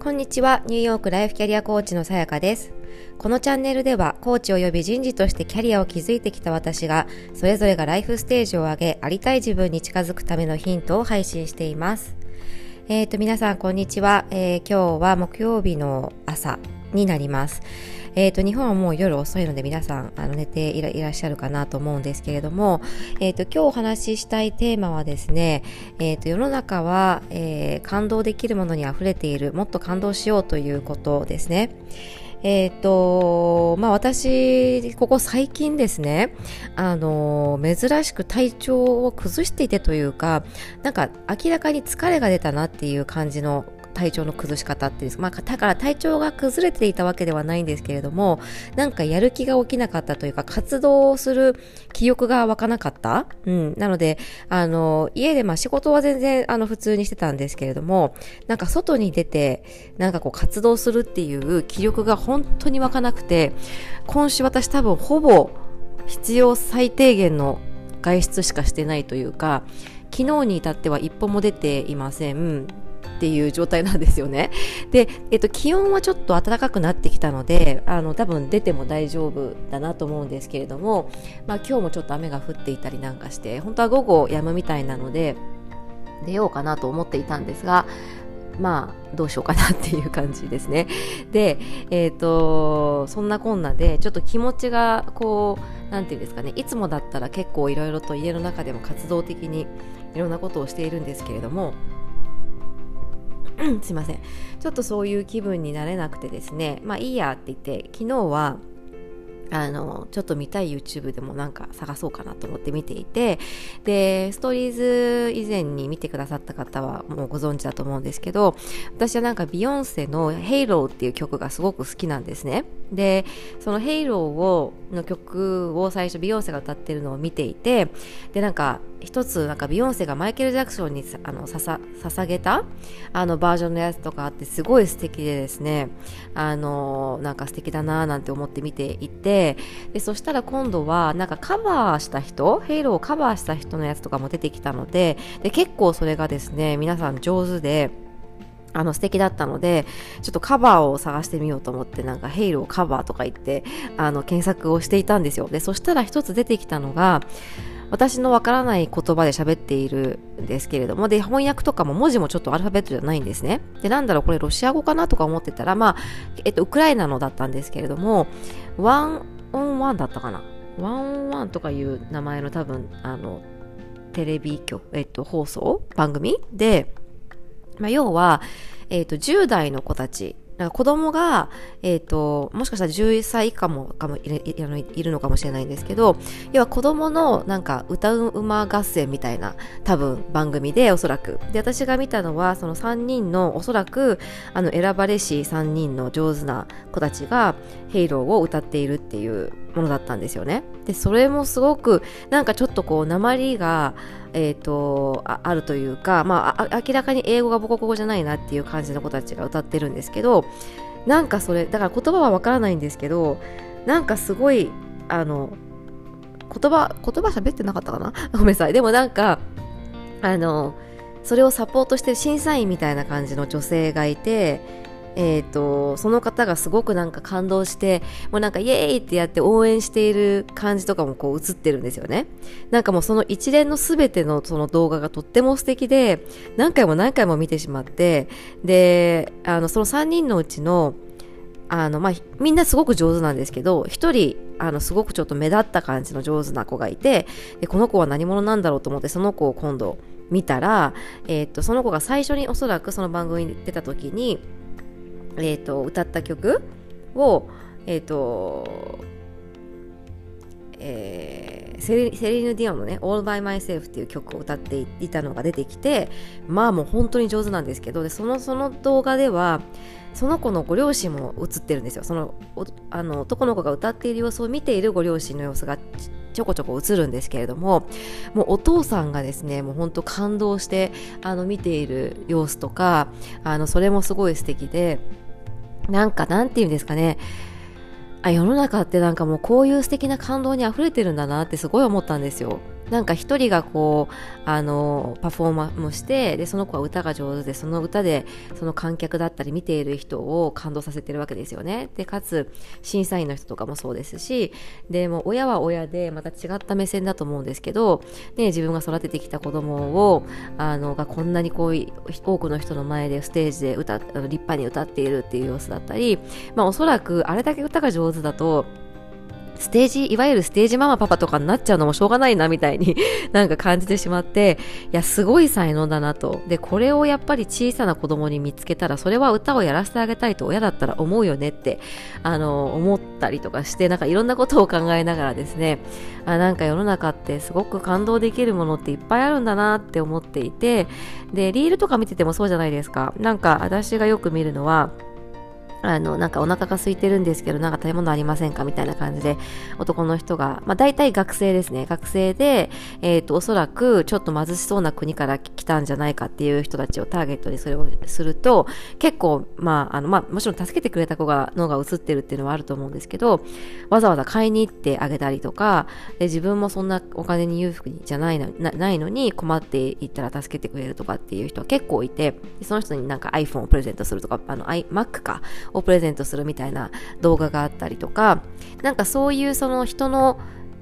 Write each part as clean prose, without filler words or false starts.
こんにちは。ニューヨークライフキャリアコーチのさやかです。このチャンネルではコーチ及び人事としてキャリアを築いてきた私がそれぞれがライフステージを上げありたい自分に近づくためのヒントを配信しています。皆さんこんにちは。今日は木曜日の朝になります。日本はもう夜遅いので皆さん寝ていらっしゃるかなと思うんですけれども、今日お話ししたいテーマはですね、世の中は、感動できるものに溢れている、もっと感動しようということですね。私ここ最近ですね、珍しく体調を崩していてというか、なんか明らかに疲れが出たなっていう感じの体調の崩し方ってだから体調が崩れていたわけではないんですけれども、なんかやる気が起きなかったというか、活動する気力が湧かなかった。なので、家で仕事は全然普通にしてたんですけれども、なんか外に出て、なんかこう活動するっていう気力が本当に湧かなくて、今週私多分ほぼ必要最低限の外出しかしてないというか、昨日に至っては一歩も出ていません。っていう状態なんですよね。で、気温はちょっと暖かくなってきたので、多分出ても大丈夫だなと思うんですけれども、今日もちょっと雨が降っていたりなんかして、本当は午後止むみたいなので出ようかなと思っていたんですが、どうしようかなっていう感じですね。で、そんなこんなでちょっと気持ちがなんていうんですかね、いつもだったら結構いろいろと家の中でも活動的にいろんなことをしているんですけれども、すいません、ちょっとそういう気分になれなくてですね、いいやって言って昨日はちょっと見たい YouTube でもなんか探そうかなと思って見ていて、でストーリーズ以前に見てくださった方はもうご存知だと思うんですけど、私はなんかビヨンセの Halo っていう曲がすごく好きなんですね。でその Halo の曲を最初ビヨンセが歌ってるのを見ていて、でなんか一つなんかビヨンセがマイケル・ジャクソンに捧げたバージョンのやつとかあって、すごい素敵でですね、なんか素敵だなーなんて思って見ていて、でそしたら今度はなんかカバーした人、ヘイローをカバーした人のやつとかも出てきたので、結構それがですね皆さん上手で素敵だったので、ちょっとカバーを探してみようと思って、なんかヘイローカバーとか言って検索をしていたんですよ。でそしたら一つ出てきたのが、私のわからない言葉で喋っているんですけれども、で翻訳とかも文字もちょっとアルファベットじゃないんですね。でなんだろうこれロシア語かなとか思ってたら、ウクライナのだったんですけれども、ワンオンワンだったかな、ワンオンワンとかいう名前の多分テレビ局、放送番組で、要は、10代の子たち、子供が、もしかしたら11歳以下もいるのかもしれないんですけど、要は子供のなんか歌う馬合戦みたいな多分番組で、おそらくで私が見たのはその3人のおそらく選ばれし3人の上手な子たちがヘイローを歌っているっていうものだったんですよね。でそれもすごくなんかちょっと訛りがあるというか、明らかに英語が母国語じゃないなっていう感じの子たちが歌ってるんですけど、なんかそれだから言葉はわからないんですけど、なんかすごい言葉喋ってなかったかなごめんなさい。でもなんかそれをサポートしてる審査員みたいな感じの女性がいて、その方がすごくなんか感動して、もうなんかイエーイってやって応援している感じとかも映ってるんですよね。なんかもうその一連のすべてのその動画がとっても素敵で、何回も見てしまって、でその3人のうちのみんなすごく上手なんですけど、一人すごくちょっと目立った感じの上手な子がいて、でこの子は何者なんだろうと思ってその子を今度見たら、その子が最初におそらくその番組に出た時に歌った曲を、セリーヌ・ディオンのね All by Myself っていう曲を歌っていたのが出てきて、もう本当に上手なんですけど、でその動画ではその子のご両親も映ってるんですよ。その男の子が歌っている様子を見ているご両親の様子がちょこちょこ映るんですけれども、もうお父さんがですねもう本当感動して見ている様子とか、それもすごい素敵で、なんていうんですかね、世の中ってなんかもうこういう素敵な感動に溢れてるんだなってすごい思ったんですよ。 なんか一人がこうパフォーマンスもして、でその子は歌が上手で、その歌でその観客だったり見ている人を感動させてるわけですよね。でかつ審査員の人とかもそうですし、でも親は親でまた違った目線だと思うんですけど、ね、自分が育ててきた子供をがこんなにこう多くの人の前でステージで立派に歌っているっていう様子だったり、おそらくあれだけ歌が上手だといわゆるステージママパパとかになっちゃうのもしょうがないなみたいになんか感じてしまって、いやすごい才能だなと。でこれをやっぱり小さな子供に見つけたら、それは歌をやらせてあげたいと親だったら思うよねって思ったりとかして、なんかいろんなことを考えながらですね、なんか世の中ってすごく感動できるものっていっぱいあるんだなって思っていて、でリールとか見ててもそうじゃないですか。なんか私がよく見るのは、なんかお腹が空いてるんですけど、なんか食べ物ありませんかみたいな感じで、男の人が、大体学生ですね。学生で、おそらくちょっと貧しそうな国から来たんじゃないかっていう人たちをターゲットにそれをすると、結構、もちろん助けてくれた子が、脳が映ってるっていうのはあると思うんですけど、わざわざ買いに行ってあげたりとか、で自分もそんなお金に裕福じゃないのに困っていったら助けてくれるとかっていう人は結構いて、その人になんか iPhone をプレゼントするとか、Mac か、をプレゼントするみたいな動画があったりとか、なんかそういうその人の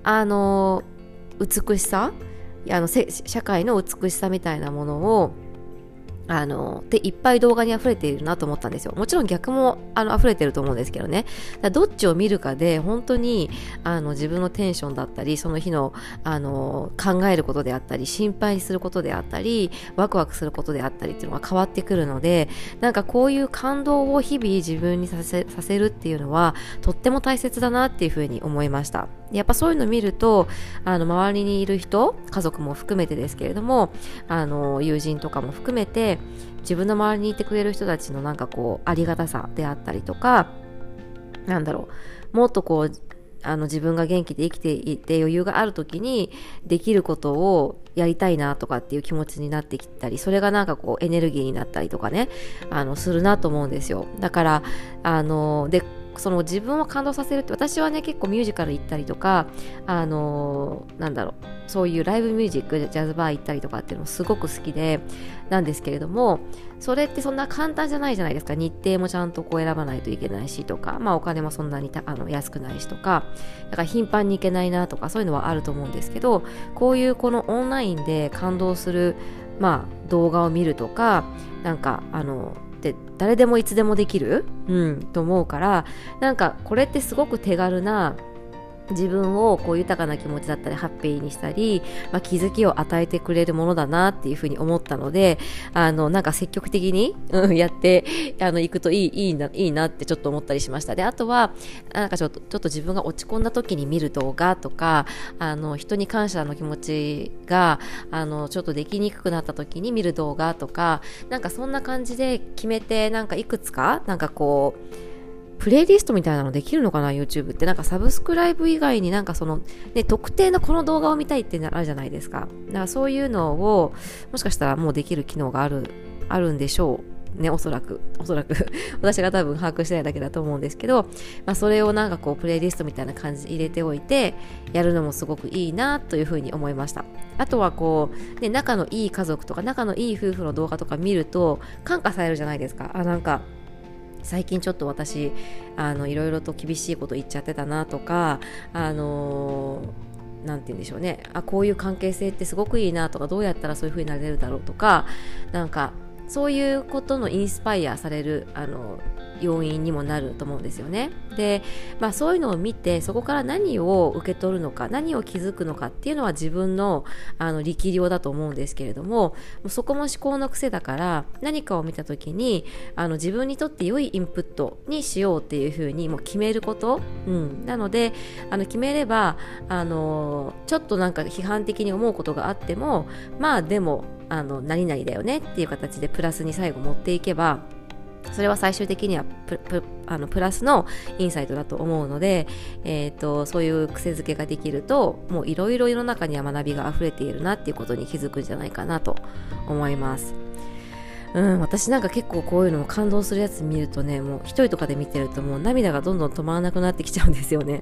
美しさ、社会の美しさみたいなものをでいっぱい動画に溢れているなと思ったんですよ。もちろん逆も溢れてると思うんですけどね。どっちを見るかで本当に自分のテンションだったり、その日の考えることであったり、心配することであったり、ワクワクすることであったりっていうのが変わってくるので、なんかこういう感動を日々自分にさせるっていうのはとっても大切だなっていうふうに思いました。やっぱそういうのを見ると周りにいる人、家族も含めてですけれども、友人とかも含めて自分の周りにいてくれる人たちのなんかこうありがたさであったりとか、もっとこう自分が元気で生きていて余裕がある時にできることをやりたいなとかっていう気持ちになってきたり、それがなんかこうエネルギーになったりとかね、するなと思うんですよ。だからでその自分を感動させるって、私はね結構ミュージカル行ったりとかそういうライブミュージック、ジャズバー行ったりとかっていうのもすごく好きでなんですけれども、それってそんな簡単じゃないじゃないですか。日程もちゃんとこう選ばないといけないしとか、お金もそんなに安くないしとか、だから頻繁に行けないなとか、そういうのはあると思うんですけど、こういうこのオンラインで感動する動画を見るとか、なんかって誰でもいつでもできる、と思うから、なんかこれってすごく手軽な自分をこう豊かな気持ちだったりハッピーにしたり、気づきを与えてくれるものだなっていうふうに思ったので、なんか積極的に、やっていくといいなってちょっと思ったりしました。であとはなんかちょっと自分が落ち込んだ時に見る動画とか、人に感謝の気持ちがちょっとできにくくなった時に見る動画とか、なんかそんな感じで決めて、なんかいくつかなんかこうプレイリストみたいなのできるのかな YouTube って。なんかサブスクライブ以外になんかその、特定のこの動画を見たいっていうのあるじゃないですか。だからそういうのをもしかしたらもうできる機能があるんでしょうね、おそらく私が多分把握してないだけだと思うんですけど、それをなんかこうプレイリストみたいな感じで入れておいてやるのもすごくいいなというふうに思いました。あとはこう、仲のいい家族とか仲のいい夫婦の動画とか見ると感化されるじゃないですか。なんか最近ちょっと私いろいろと厳しいこと言っちゃってたなとか、なんて言うんでしょうね、こういう関係性ってすごくいいなとか、どうやったらそういう風になれるだろうとか、なんかそういうことのインスパイアされる要因にもなると思うんですよね。で、そういうのを見て、そこから何を受け取るのか、何を気づくのかっていうのは自分の力量だと思うんですけれども、そこも思考の癖だから、何かを見た時に自分にとって良いインプットにしようっていうふうにもう決めること、なので決めればちょっとなんか批判的に思うことがあっても、でも何々だよねっていう形でプラスに最後持っていけば、それは最終的にはプラスのインサイトだと思うので、そういう癖づけができると、もういろいろ世の中には学びが溢れているなっていうことに気づくんじゃないかなと思います。私なんか結構こういうのも感動するやつ見るとね、もう一人とかで見てるともう涙がどんどん止まらなくなってきちゃうんですよね。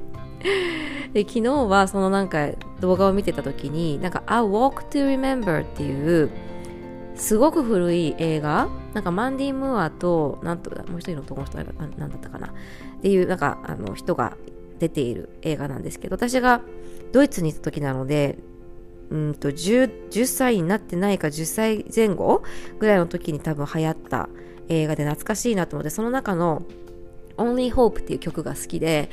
で昨日はそのなんか動画を見てた時になんか A Walk to Remember っていうすごく古い映画、なんかマンディ・ムーアともう一人の男の人は何だったかなっていうなんか人が出ている映画なんですけど、私がドイツに行った時なので10歳になってないか10歳前後ぐらいの時に多分流行った映画で懐かしいなと思って、その中のOnly Hope っていう曲が好きで、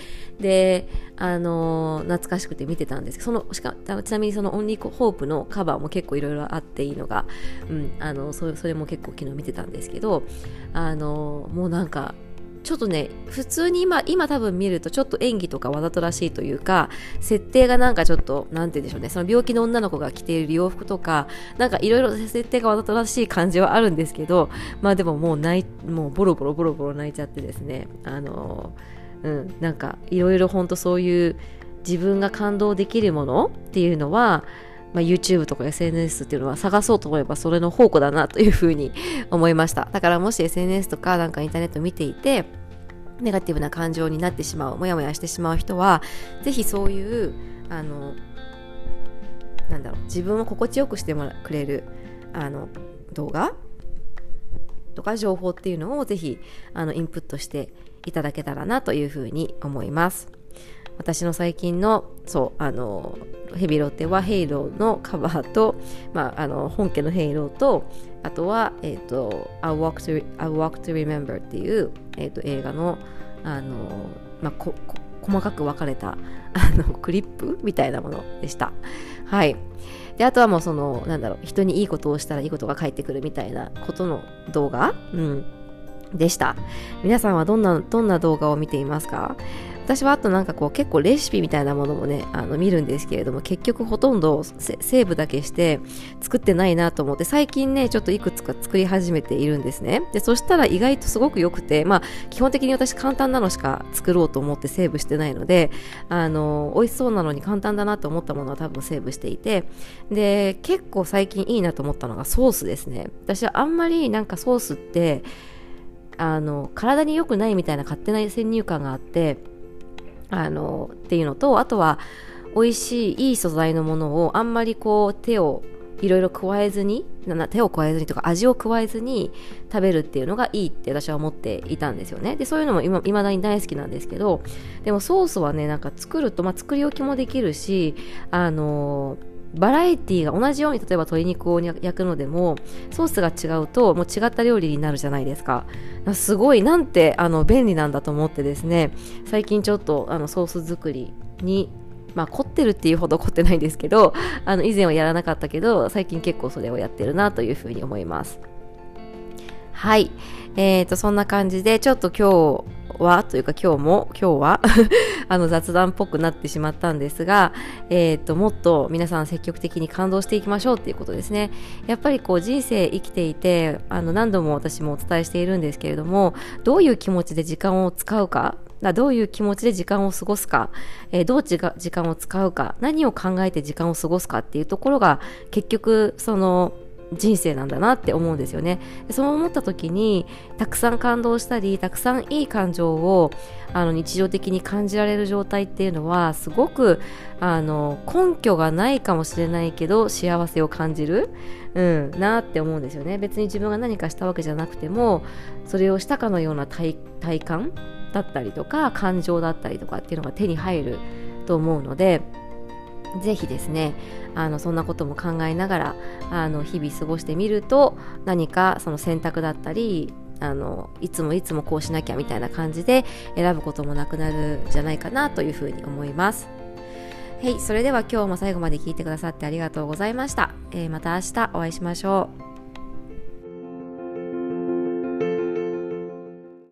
懐かしくて見てたんですけど、ちなみにその Only Hope のカバーも結構いろいろあっていいのが、それも結構昨日見てたんですけど、もうなんかちょっとね、普通に今多分見るとちょっと演技とかわざとらしいというか、設定がなんかちょっとなんて言うんでしょうね、その病気の女の子が着ている洋服とかなんかいろいろ設定がわざとらしい感じはあるんですけど、まあでももうボロボロ泣いちゃってですね、なんかいろいろ本当そういう自分が感動できるものっていうのは、YouTube とか SNS っていうのは探そうと思えばそれの宝庫だなというふうに思いました。だからもし SNS とかなんかインターネット見ていてネガティブな感情になってしまう、モヤモヤしてしまう人はぜひそういう自分を心地よくしてくれる動画とか情報っていうのをぜひインプットしていただけたらなというふうに思います。私の最近のヘビロテはヘイローのカバーと、本家のヘイローと、あとは、A Walk to Remember っていう、映画の、細かく分かれたクリップみたいなものでした。はい。で、あとはもう人にいいことをしたらいいことが返ってくるみたいなことの動画、でした。皆さんはどんな動画を見ていますか？私はあとなんか結構レシピみたいなものもね見るんですけれども、結局ほとんどセーブだけして作ってないなと思って、最近ねちょっといくつか作り始めているんですね。でそしたら意外とすごく良くて、基本的に私簡単なのしか作ろうと思ってセーブしてないので、美味しそうなのに簡単だなと思ったものは多分セーブしていて、で結構最近いいなと思ったのがソースですね。私はあんまりなんかソースって体に良くないみたいな勝手な先入観があってっていうのと、あとは美味しいいい素材のものをあんまり手をいろいろ加えずにとか味を加えずに食べるっていうのがいいって私は思っていたんですよね。でそういうのも未だに大好きなんですけど、でもソースはねなんか作ると、作り置きもできるしバラエティが同じように例えば鶏肉を焼くのでもソースが違うともう違った料理になるじゃないですか。すごいなんて便利なんだと思ってですね、最近ちょっとソース作りに凝ってるっていうほど凝ってないんですけど、以前はやらなかったけど最近結構それをやってるなというふうに思います。はい、そんな感じでちょっと今日は雑談っぽくなってしまったんですが、もっと皆さん積極的に感動していきましょうっていうことですね。やっぱり人生生きていて何度も私もお伝えしているんですけれども、どういう気持ちで時間を使うか、どういう気持ちで時間を過ごすか、どう時間を使うか、何を考えて時間を過ごすかっていうところが結局人生なんだなって思うんですよね。そう思った時にたくさん感動したりたくさんいい感情を日常的に感じられる状態っていうのはすごく根拠がないかもしれないけど幸せを感じる、なって思うんですよね。別に自分が何かしたわけじゃなくてもそれをしたかのような体感だったりとか感情だったりとかっていうのが手に入ると思うので、ぜひですねそんなことも考えながら日々過ごしてみると、何かその選択だったりいつもこうしなきゃみたいな感じで選ぶこともなくなるんじゃないかなというふうに思います。はい、それでは今日も最後まで聞いてくださってありがとうございました。また明日お会いしましょう。